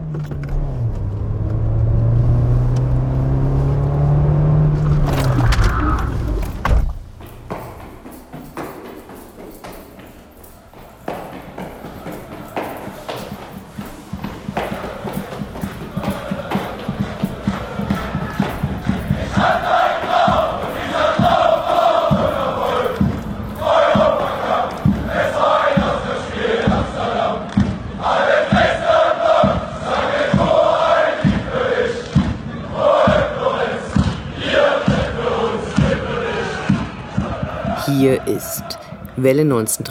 Hier ist Welle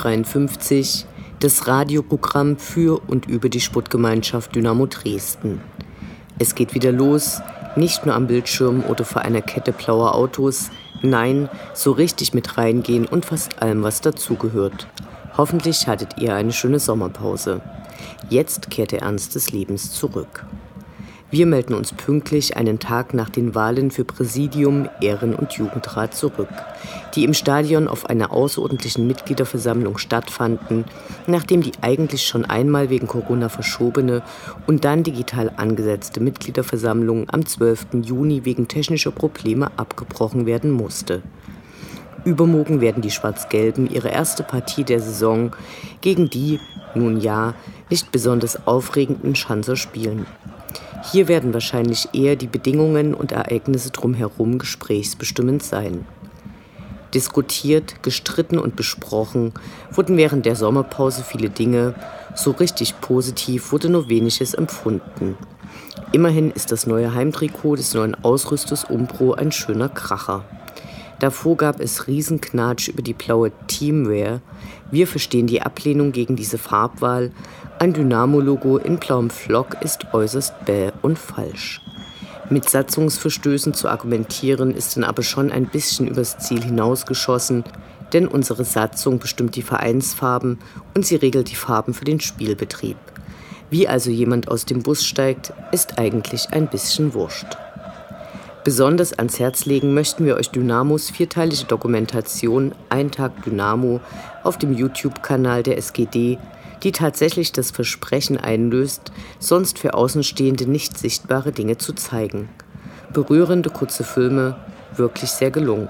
1953, das Radioprogramm für und über die Sportgemeinschaft Dynamo Dresden. Es geht wieder los, nicht nur am Bildschirm oder vor einer Kette blauer Autos, nein, so richtig mit reingehen und fast allem, was dazugehört. Hoffentlich hattet ihr eine schöne Sommerpause. Jetzt kehrt der Ernst des Lebens zurück. Wir melden uns pünktlich einen Tag nach den Wahlen für Präsidium, Ehren- und Jugendrat zurück, die im Stadion auf einer außerordentlichen Mitgliederversammlung stattfanden, nachdem die eigentlich schon einmal wegen Corona verschobene und dann digital angesetzte Mitgliederversammlung am 12. Juni wegen technischer Probleme abgebrochen werden musste. Übermorgen werden die Schwarz-Gelben ihre erste Partie der Saison gegen die, nun ja, nicht besonders aufregenden Schanzer spielen. Hier werden wahrscheinlich eher die Bedingungen und Ereignisse drumherum gesprächsbestimmend sein. Diskutiert, gestritten und besprochen wurden während der Sommerpause viele Dinge, so richtig positiv wurde nur weniges empfunden. Immerhin ist das neue Heimtrikot des neuen Ausrüsters Umbro ein schöner Kracher. Davor gab es Riesenknatsch über die blaue Teamwear. Wir verstehen die Ablehnung gegen diese Farbwahl. Ein Dynamo-Logo in blauem Flock ist äußerst bäh und falsch. Mit Satzungsverstößen zu argumentieren ist dann aber schon ein bisschen übers Ziel hinausgeschossen, denn unsere Satzung bestimmt die Vereinsfarben und sie regelt die Farben für den Spielbetrieb. Wie also jemand aus dem Bus steigt, ist eigentlich ein bisschen wurscht. Besonders ans Herz legen möchten wir euch Dynamos vierteilige Dokumentation Ein Tag Dynamo auf dem YouTube-Kanal der SGD, die tatsächlich das Versprechen einlöst, sonst für Außenstehende nicht sichtbare Dinge zu zeigen. Berührende kurze Filme, wirklich sehr gelungen.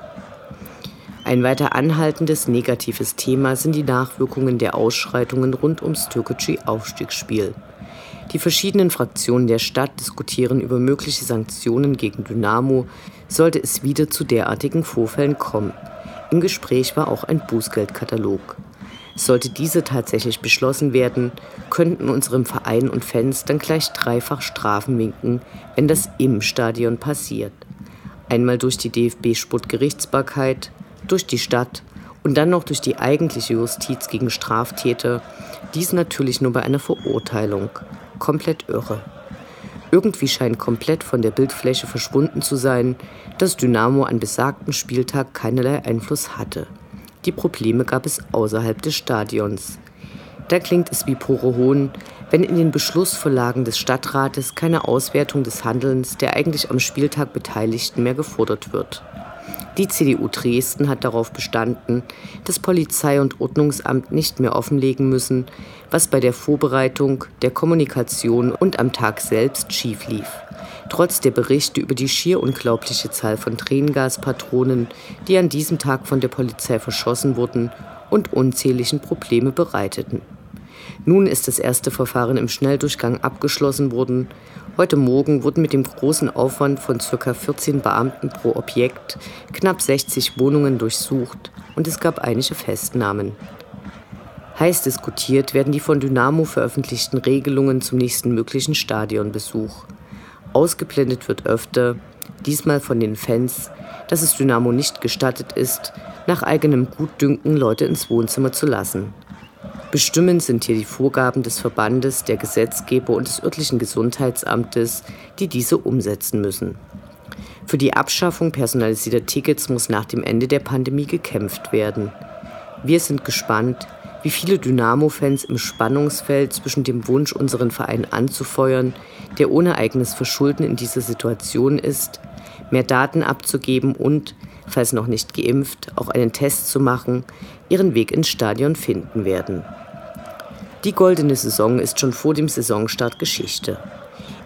Ein weiter anhaltendes negatives Thema sind die Nachwirkungen der Ausschreitungen rund ums Türkgücü-Aufstiegsspiel. Die verschiedenen Fraktionen der Stadt diskutieren über mögliche Sanktionen gegen Dynamo, sollte es wieder zu derartigen Vorfällen kommen. Im Gespräch war auch ein Bußgeldkatalog. Sollte diese tatsächlich beschlossen werden, könnten unserem Verein und Fans dann gleich dreifach Strafen winken, wenn das im Stadion passiert. Einmal durch die DFB-Sportgerichtsbarkeit, durch die Stadt und dann noch durch die eigentliche Justiz gegen Straftäter, dies natürlich nur bei einer Verurteilung. Komplett irre. Irgendwie scheint komplett von der Bildfläche verschwunden zu sein, dass Dynamo an besagten Spieltag keinerlei Einfluss hatte. Die Probleme gab es außerhalb des Stadions. Da klingt es wie purer Hohn, wenn in den Beschlussvorlagen des Stadtrates keine Auswertung des Handelns der eigentlich am Spieltag Beteiligten mehr gefordert wird. Die CDU Dresden hat darauf bestanden, dass Polizei und Ordnungsamt nicht mehr offenlegen müssen, was bei der Vorbereitung, der Kommunikation und am Tag selbst schief lief. Trotz der Berichte über die schier unglaubliche Zahl von Tränengaspatronen, die an diesem Tag von der Polizei verschossen wurden und unzähligen Probleme bereiteten. Nun ist das erste Verfahren im Schnelldurchgang abgeschlossen worden. Heute Morgen wurden mit dem großen Aufwand von ca. 14 Beamten pro Objekt knapp 60 Wohnungen durchsucht und es gab einige Festnahmen. Heiß diskutiert werden die von Dynamo veröffentlichten Regelungen zum nächsten möglichen Stadionbesuch. Ausgeblendet wird öfter, diesmal von den Fans, dass es Dynamo nicht gestattet ist, nach eigenem Gutdünken Leute ins Wohnzimmer zu lassen. Bestimmend sind hier die Vorgaben des Verbandes, der Gesetzgeber und des örtlichen Gesundheitsamtes, die diese umsetzen müssen. Für die Abschaffung personalisierter Tickets muss nach dem Ende der Pandemie gekämpft werden. Wir sind gespannt, wie viele Dynamo-Fans im Spannungsfeld zwischen dem Wunsch, unseren Verein anzufeuern, der ohne eigenes Verschulden in dieser Situation ist, mehr Daten abzugeben und, falls noch nicht geimpft, auch einen Test zu machen, ihren Weg ins Stadion finden werden. Die goldene Saison ist schon vor dem Saisonstart Geschichte.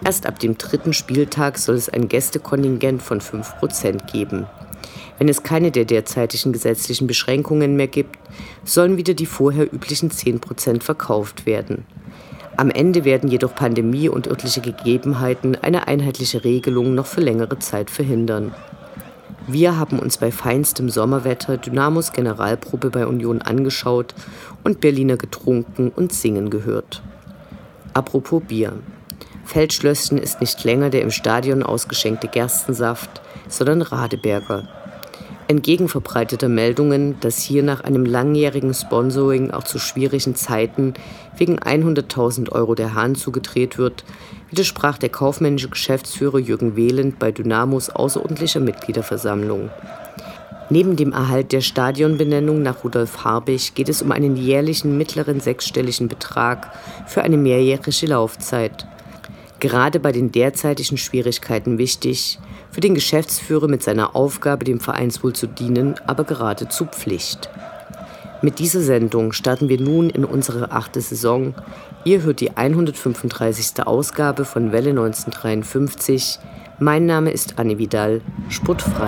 Erst ab dem 3. Spieltag soll es ein Gästekontingent von 5% geben. Wenn es keine der derzeitigen gesetzlichen Beschränkungen mehr gibt, sollen wieder die vorher üblichen 10% verkauft werden. Am Ende werden jedoch Pandemie und örtliche Gegebenheiten eine einheitliche Regelung noch für längere Zeit verhindern. Wir haben uns bei feinstem Sommerwetter Dynamos Generalprobe bei Union angeschaut und Berliner getrunken und singen gehört. Apropos Bier. Feldschlösschen ist nicht länger der im Stadion ausgeschenkte Gerstensaft, sondern Radeberger. Entgegen verbreiteter Meldungen, dass hier nach einem langjährigen Sponsoring auch zu schwierigen Zeiten wegen 100.000 € der Hahn zugedreht wird, widersprach der kaufmännische Geschäftsführer Jürgen Wehland bei Dynamos außerordentlicher Mitgliederversammlung. Neben dem Erhalt der Stadionbenennung nach Rudolf Harbig geht es um einen jährlichen mittleren sechsstelligen Betrag für eine mehrjährige Laufzeit. Gerade bei den derzeitigen Schwierigkeiten wichtig, für den Geschäftsführer mit seiner Aufgabe, dem Vereinswohl zu dienen, aber geradezu Pflicht. Mit dieser Sendung starten wir nun in unsere 8. Saison. Ihr hört die 135. Ausgabe von Welle 1953. Mein Name ist Anne Vidal, sportfrei.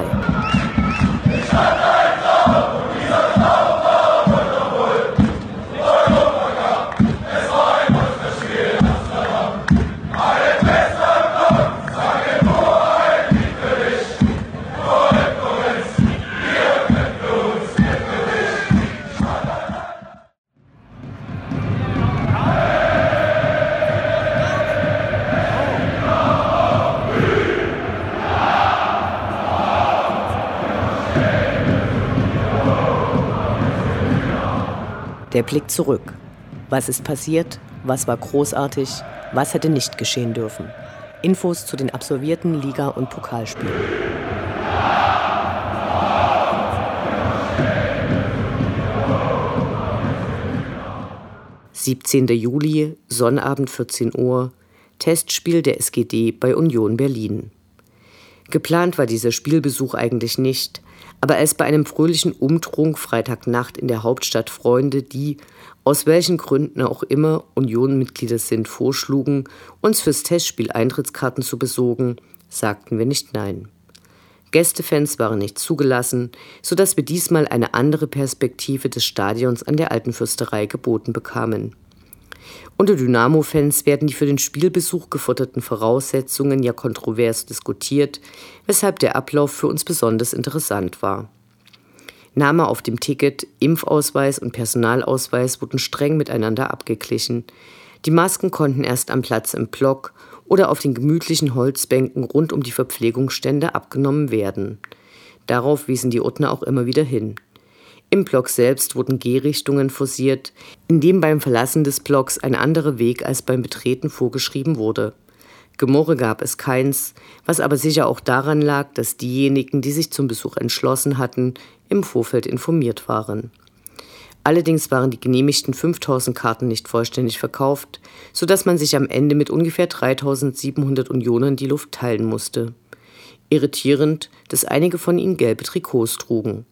Der Blick zurück. Was ist passiert? Was war großartig? Was hätte nicht geschehen dürfen? Infos zu den absolvierten Liga- und Pokalspielen. (17. Juli, Sonnabend 14 Uhr, Testspiel der SGD bei Union Berlin). Geplant war dieser Spielbesuch eigentlich nicht, aber als bei einem fröhlichen Umtrunk Freitagnacht in der Hauptstadt Freunde, die, aus welchen Gründen auch immer Union-Mitglieder sind, vorschlugen, uns fürs Testspiel Eintrittskarten zu besorgen, sagten wir nicht nein. Gästefans waren nicht zugelassen, sodass wir diesmal eine andere Perspektive des Stadions an der Alten Fürsterei geboten bekamen. Unter Dynamo-Fans werden die für den Spielbesuch geforderten Voraussetzungen ja kontrovers diskutiert, weshalb der Ablauf für uns besonders interessant war. Name auf dem Ticket, Impfausweis und Personalausweis wurden streng miteinander abgeglichen. Die Masken konnten erst am Platz im Block oder auf den gemütlichen Holzbänken rund um die Verpflegungsstände abgenommen werden. Darauf wiesen die Ordner auch immer wieder hin. Im Block selbst wurden Gehrichtungen forciert, indem beim Verlassen des Blocks ein anderer Weg als beim Betreten vorgeschrieben wurde. Gemurre gab es keins, was aber sicher auch daran lag, dass diejenigen, die sich zum Besuch entschlossen hatten, im Vorfeld informiert waren. Allerdings waren die genehmigten 5.000 Karten nicht vollständig verkauft, sodass man sich am Ende mit ungefähr 3.700 Unionern die Luft teilen musste. Irritierend, dass einige von ihnen gelbe Trikots trugen.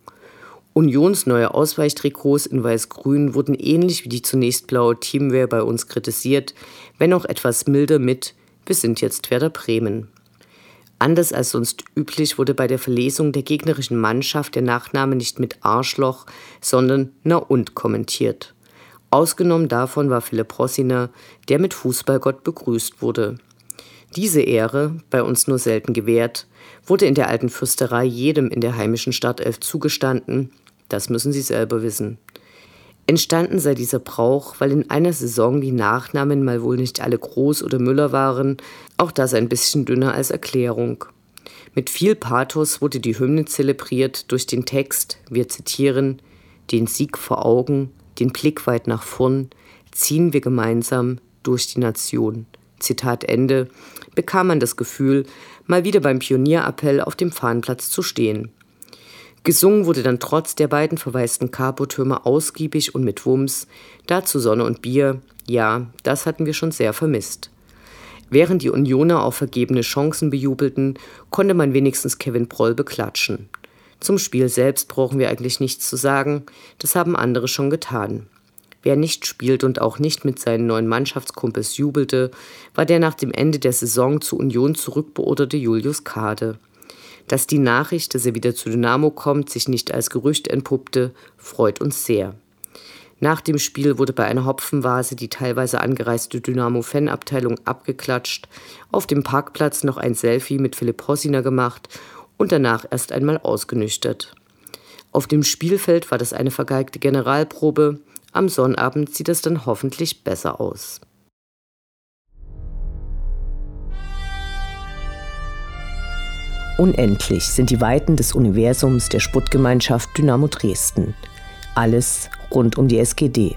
Unions neue Ausweichtrikots in weiß-grün wurden ähnlich wie die zunächst blaue Teamwear bei uns kritisiert, wenn auch etwas milder mit „Wir sind jetzt Werder Bremen". Anders als sonst üblich wurde bei der Verlesung der gegnerischen Mannschaft der Nachname nicht mit Arschloch, sondern Na und kommentiert. Ausgenommen davon war Philipp Rossiner, der mit Fußballgott begrüßt wurde. Diese Ehre, bei uns nur selten gewährt, wurde in der Alten Fürsterei jedem in der heimischen Startelf zugestanden. Das müssen Sie selber wissen. Entstanden sei dieser Brauch, weil in einer Saison die Nachnamen mal wohl nicht alle Groß oder Müller waren, auch das ein bisschen dünner als Erklärung. Mit viel Pathos wurde die Hymne zelebriert durch den Text, wir zitieren, den Sieg vor Augen, den Blick weit nach vorn, ziehen wir gemeinsam durch die Nation. Zitat Ende, bekam man das Gefühl, mal wieder beim Pionierappell auf dem Fahnenplatz zu stehen. Gesungen wurde dann trotz der beiden verwaisten Capo-Türme ausgiebig und mit Wumms, dazu Sonne und Bier, ja, das hatten wir schon sehr vermisst. Während die Unioner auf vergebene Chancen bejubelten, konnte man wenigstens Kevin Broll beklatschen. Zum Spiel selbst brauchen wir eigentlich nichts zu sagen, das haben andere schon getan. Wer nicht spielt und auch nicht mit seinen neuen Mannschaftskumpels jubelte, war der nach dem Ende der Saison zu Union zurückbeorderte Julius Kade. Dass die Nachricht, dass er wieder zu Dynamo kommt, sich nicht als Gerücht entpuppte, freut uns sehr. Nach dem Spiel wurde bei einer Hopfenvase die teilweise angereiste Dynamo-Fanabteilung abgeklatscht, auf dem Parkplatz noch ein Selfie mit Philipp Hossiner gemacht und danach erst einmal ausgenüchtert. Auf dem Spielfeld war das eine vergeigte Generalprobe, am Sonnabend sieht es dann hoffentlich besser aus. Unendlich sind die Weiten des Universums der Sputtgemeinschaft Dynamo Dresden. Alles rund um die SGD.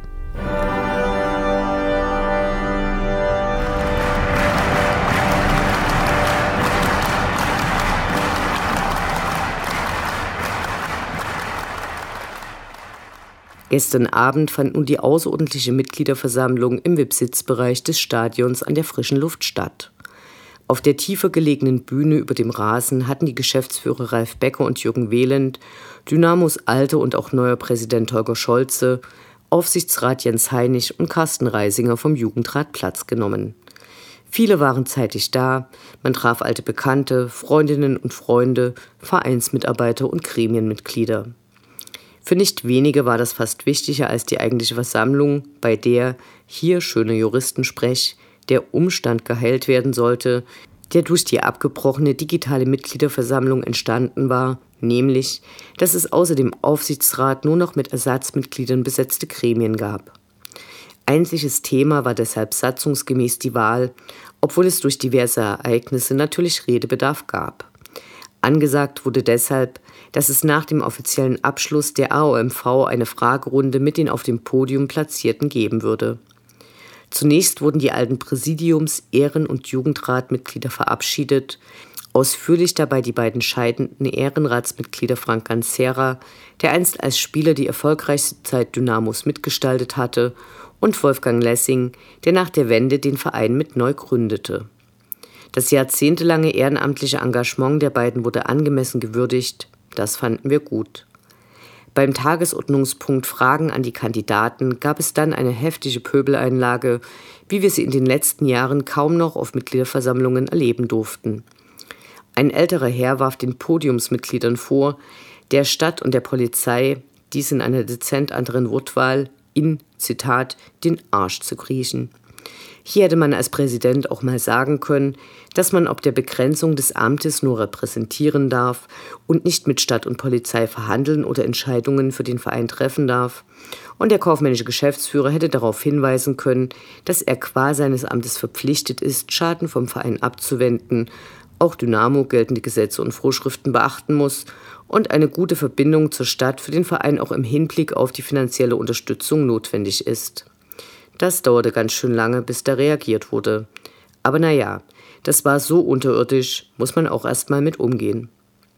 Gestern Abend fand nun die außerordentliche Mitgliederversammlung im VIP-Sitzbereich des Stadions an der frischen Luft statt. Auf der tiefer gelegenen Bühne über dem Rasen hatten die Geschäftsführer Ralf Becker und Jürgen Wehland, Dynamos alter und auch neuer Präsident Holger Scholze, Aufsichtsrat Jens Heinig und Carsten Reisinger vom Jugendrat Platz genommen. Viele waren zeitig da, man traf alte Bekannte, Freundinnen und Freunde, Vereinsmitarbeiter und Gremienmitglieder. Für nicht wenige war das fast wichtiger als die eigentliche Versammlung, bei der, hier schöner Juristensprech, der Umstand geheilt werden sollte, der durch die abgebrochene digitale Mitgliederversammlung entstanden war, nämlich, dass es außer dem Aufsichtsrat nur noch mit Ersatzmitgliedern besetzte Gremien gab. Einziges Thema war deshalb satzungsgemäß die Wahl, obwohl es durch diverse Ereignisse natürlich Redebedarf gab. Angesagt wurde deshalb, dass es nach dem offiziellen Abschluss der AOMV eine Fragerunde mit den auf dem Podium Platzierten geben würde. Zunächst wurden die alten Präsidiums-, Ehren- und Jugendratmitglieder verabschiedet, ausführlich dabei die beiden scheidenden Ehrenratsmitglieder Frank Ganzera, der einst als Spieler die erfolgreichste Zeit Dynamos mitgestaltet hatte, und Wolfgang Lessing, der nach der Wende den Verein mit neu gründete. Das jahrzehntelange ehrenamtliche Engagement der beiden wurde angemessen gewürdigt, das fanden wir gut. Beim Tagesordnungspunkt Fragen an die Kandidaten gab es dann eine heftige Pöbeleinlage, wie wir sie in den letzten Jahren kaum noch auf Mitgliederversammlungen erleben durften. Ein älterer Herr warf den Podiumsmitgliedern vor, der Stadt und der Polizei, dies in einer dezent anderen Wortwahl, in, Zitat, den Arsch zu kriechen. Hier hätte man als Präsident auch mal sagen können, dass man ob der Begrenzung des Amtes nur repräsentieren darf und nicht mit Stadt und Polizei verhandeln oder Entscheidungen für den Verein treffen darf. Und der kaufmännische Geschäftsführer hätte darauf hinweisen können, dass er qua seines Amtes verpflichtet ist, Schaden vom Verein abzuwenden, auch Dynamo geltende Gesetze und Vorschriften beachten muss und eine gute Verbindung zur Stadt für den Verein auch im Hinblick auf die finanzielle Unterstützung notwendig ist. Das dauerte ganz schön lange, bis da reagiert wurde. Aber naja, das war so unterirdisch, muss man auch erstmal mit umgehen.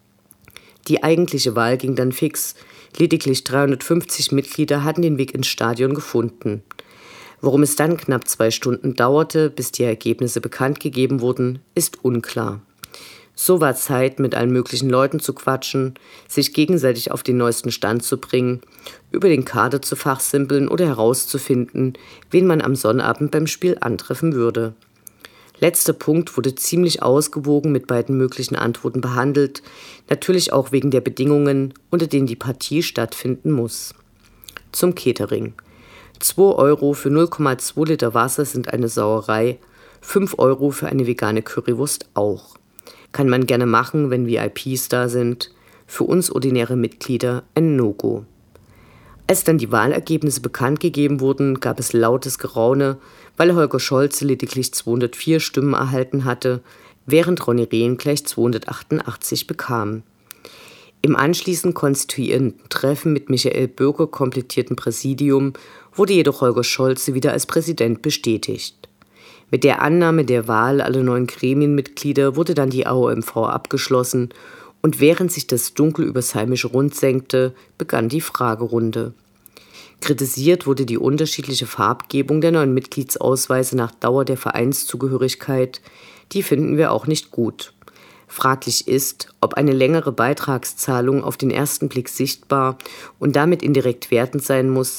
Die eigentliche Wahl ging dann fix. Lediglich 350 Mitglieder hatten den Weg ins Stadion gefunden. Warum es dann knapp 2 Stunden dauerte, bis die Ergebnisse bekannt gegeben wurden, ist unklar. So war Zeit, mit allen möglichen Leuten zu quatschen, sich gegenseitig auf den neuesten Stand zu bringen, über den Kader zu fachsimpeln oder herauszufinden, wen man am Sonnabend beim Spiel antreffen würde. Letzter Punkt wurde ziemlich ausgewogen mit beiden möglichen Antworten behandelt, natürlich auch wegen der Bedingungen, unter denen die Partie stattfinden muss. Zum Catering. 2 € für 0,2 Liter Wasser sind eine Sauerei, 5 € für eine vegane Currywurst auch. Kann man gerne machen, wenn VIPs da sind. Für uns ordinäre Mitglieder ein No-Go. Als dann die Wahlergebnisse bekannt gegeben wurden, gab es lautes Geraune, weil Holger Scholze lediglich 204 Stimmen erhalten hatte, während Ronny Rehn gleich 288 bekam. Im anschließend konstituierenden Treffen mit Michael Bürger komplettierten Präsidium wurde jedoch Holger Scholze wieder als Präsident bestätigt. Mit der Annahme der Wahl aller neuen Gremienmitglieder wurde dann die AOMV abgeschlossen und während sich das Dunkel übers heimische Rund senkte, begann die Fragerunde. Kritisiert wurde die unterschiedliche Farbgebung der neuen Mitgliedsausweise nach Dauer der Vereinszugehörigkeit, die finden wir auch nicht gut. Fraglich ist, ob eine längere Beitragszahlung auf den ersten Blick sichtbar und damit indirekt wertend sein muss,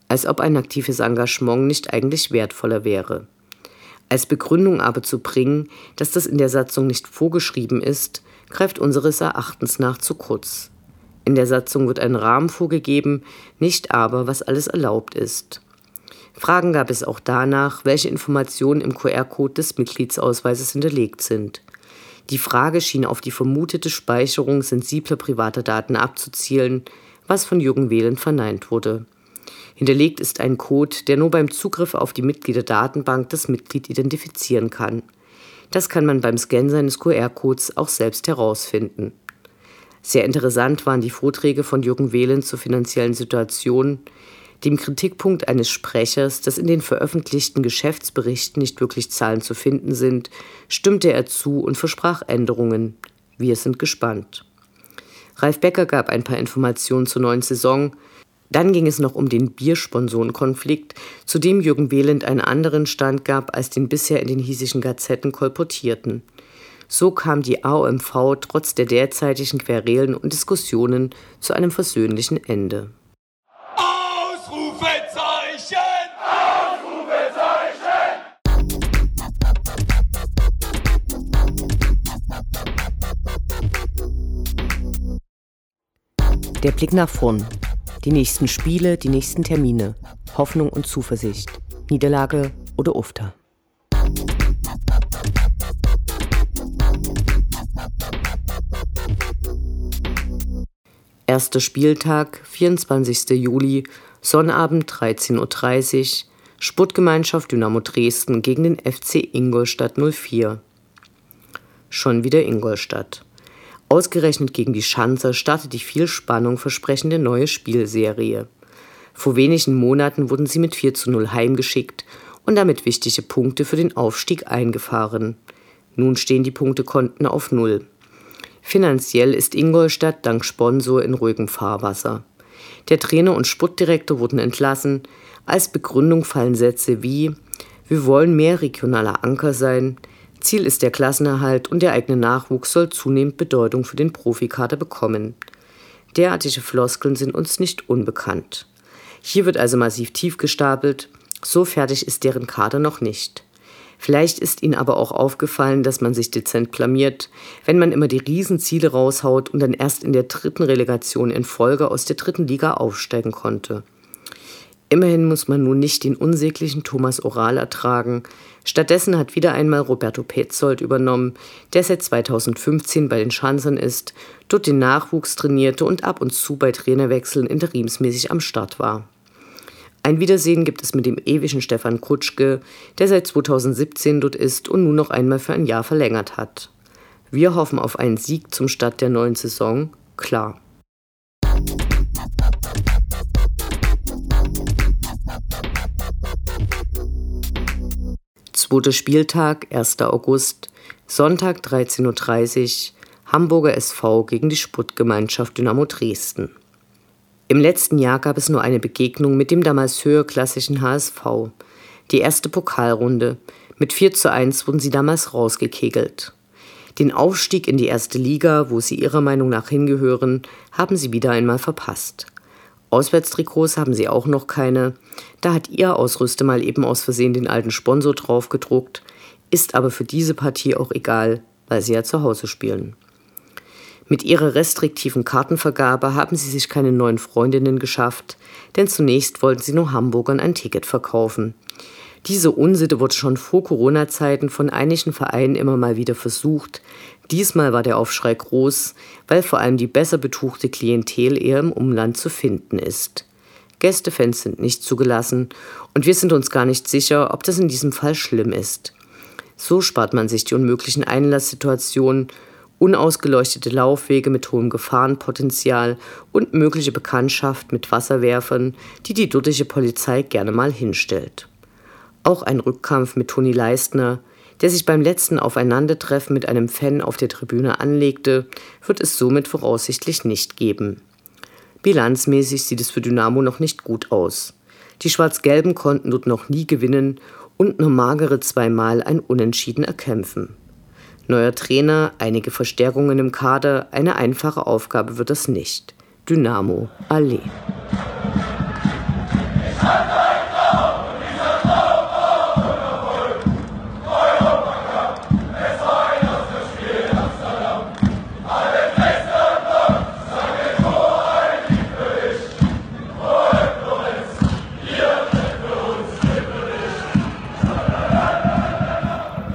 als ob ein aktives Engagement nicht eigentlich wertvoller wäre. Als Begründung aber zu bringen, dass das in der Satzung nicht vorgeschrieben ist, greift unseres Erachtens nach zu kurz. In der Satzung wird ein Rahmen vorgegeben, nicht aber, was alles erlaubt ist. Fragen gab es auch danach, welche Informationen im QR-Code des Mitgliedsausweises hinterlegt sind. Die Frage schien auf die vermutete Speicherung sensibler privater Daten abzuzielen, was von Jürgen Wehlen verneint wurde. Hinterlegt ist ein Code, der nur beim Zugriff auf die Mitgliederdatenbank das Mitglied identifizieren kann. Das kann man beim Scannen seines QR-Codes auch selbst herausfinden. Sehr interessant waren die Vorträge von Jürgen Wehlen zur finanziellen Situation, dem Kritikpunkt eines Sprechers, dass in den veröffentlichten Geschäftsberichten nicht wirklich Zahlen zu finden sind, stimmte er zu und versprach Änderungen. Wir sind gespannt. Ralf Becker gab ein paar Informationen zur neuen Saison. Dann ging es noch um den Biersponsorenkonflikt, zu dem Jürgen Wehlen einen anderen Stand gab, als den bisher in den hiesischen Gazetten kolportierten. So kam die AOMV trotz der derzeitigen Querelen und Diskussionen zu einem versöhnlichen Ende. Ausrufezeichen! Ausrufezeichen! Der Blick nach vorn. Die nächsten Spiele, die nächsten Termine. Hoffnung und Zuversicht. Niederlage oder Ufter. Erster Spieltag, 24. Juli, Sonnabend 13:30 Uhr, Sportgemeinschaft Dynamo Dresden gegen den FC Ingolstadt 04. Schon wieder Ingolstadt. Ausgerechnet gegen die Schanzer startet die viel Spannung versprechende neue Spielserie. Vor wenigen Monaten wurden sie mit 4:0 heimgeschickt und damit wichtige Punkte für den Aufstieg eingefahren. Nun stehen die Punktekonten auf 0. Finanziell ist Ingolstadt dank Sponsor in ruhigem Fahrwasser. Der Trainer und Sportdirektor wurden entlassen. Als Begründung fallen Sätze wie: Wir wollen mehr regionaler Anker sein. Ziel ist der Klassenerhalt und der eigene Nachwuchs soll zunehmend Bedeutung für den Profikader bekommen. Derartige Floskeln sind uns nicht unbekannt. Hier wird also massiv tief gestapelt. So fertig ist deren Kader noch nicht. Vielleicht ist ihnen aber auch aufgefallen, dass man sich dezent blamiert, wenn man immer die Riesenziele raushaut und dann erst in der 3. Relegation in Folge aus der 3. Liga aufsteigen konnte. Immerhin muss man nun nicht den unsäglichen Thomas Oral ertragen. Stattdessen hat wieder einmal Roberto Petzold übernommen, der seit 2015 bei den Schanzern ist, dort den Nachwuchs trainierte und ab und zu bei Trainerwechseln interimsmäßig am Start war. Ein Wiedersehen gibt es mit dem ewigen Stefan Kutschke, der seit 2017 dort ist und nun noch einmal für ein Jahr verlängert hat. Wir hoffen auf einen Sieg zum Start der neuen Saison, klar. Zweiter Spieltag, 1. August, Sonntag 13:30 Uhr, Hamburger SV gegen die Sportgemeinschaft Dynamo Dresden. Im letzten Jahr gab es nur eine Begegnung mit dem damals höherklassigen HSV. Die erste Pokalrunde. Mit 4:1 wurden sie damals rausgekegelt. Den Aufstieg in die erste Liga, wo sie ihrer Meinung nach hingehören, haben sie wieder einmal verpasst. Auswärtstrikots haben sie auch noch keine. Da hat ihr Ausrüster mal eben aus Versehen den alten Sponsor drauf gedruckt. Ist aber für diese Partie auch egal, weil sie ja zu Hause spielen. Mit ihrer restriktiven Kartenvergabe haben sie sich keine neuen Freundinnen geschafft, denn zunächst wollten sie nur Hamburgern ein Ticket verkaufen. Diese Unsitte wurde schon vor Corona-Zeiten von einigen Vereinen immer mal wieder versucht. Diesmal war der Aufschrei groß, weil vor allem die besser betuchte Klientel eher im Umland zu finden ist. Gästefans sind nicht zugelassen und wir sind uns gar nicht sicher, ob das in diesem Fall schlimm ist. So spart man sich die unmöglichen Einlasssituationen, unausgeleuchtete Laufwege mit hohem Gefahrenpotenzial und mögliche Bekanntschaft mit Wasserwerfern, die die dortige Polizei gerne mal hinstellt. Auch ein Rückkampf mit Toni Leistner, der sich beim letzten Aufeinandertreffen mit einem Fan auf der Tribüne anlegte, wird es somit voraussichtlich nicht geben. Bilanzmäßig sieht es für Dynamo noch nicht gut aus. Die Schwarz-Gelben konnten dort noch nie gewinnen und nur magere 2-mal ein Unentschieden erkämpfen. Neuer Trainer, einige Verstärkungen im Kader, eine einfache Aufgabe wird das nicht. Dynamo, Allee.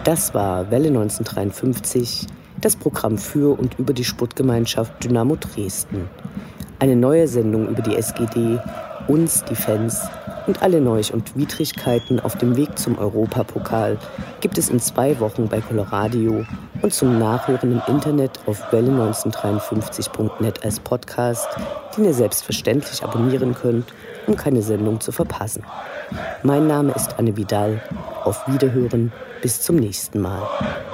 Das war Welle 1953, das Programm für und über die Sportgemeinschaft Dynamo Dresden. Eine neue Sendung über die SGD, uns, die Fans und alle Neuigkeiten und Widrigkeiten auf dem Weg zum Europapokal gibt es in 2 Wochen bei Coloradio und zum Nachhören im Internet auf welle1953.net als Podcast, den ihr selbstverständlich abonnieren könnt, um keine Sendung zu verpassen. Mein Name ist Anne Vidal. Auf Wiederhören, bis zum nächsten Mal.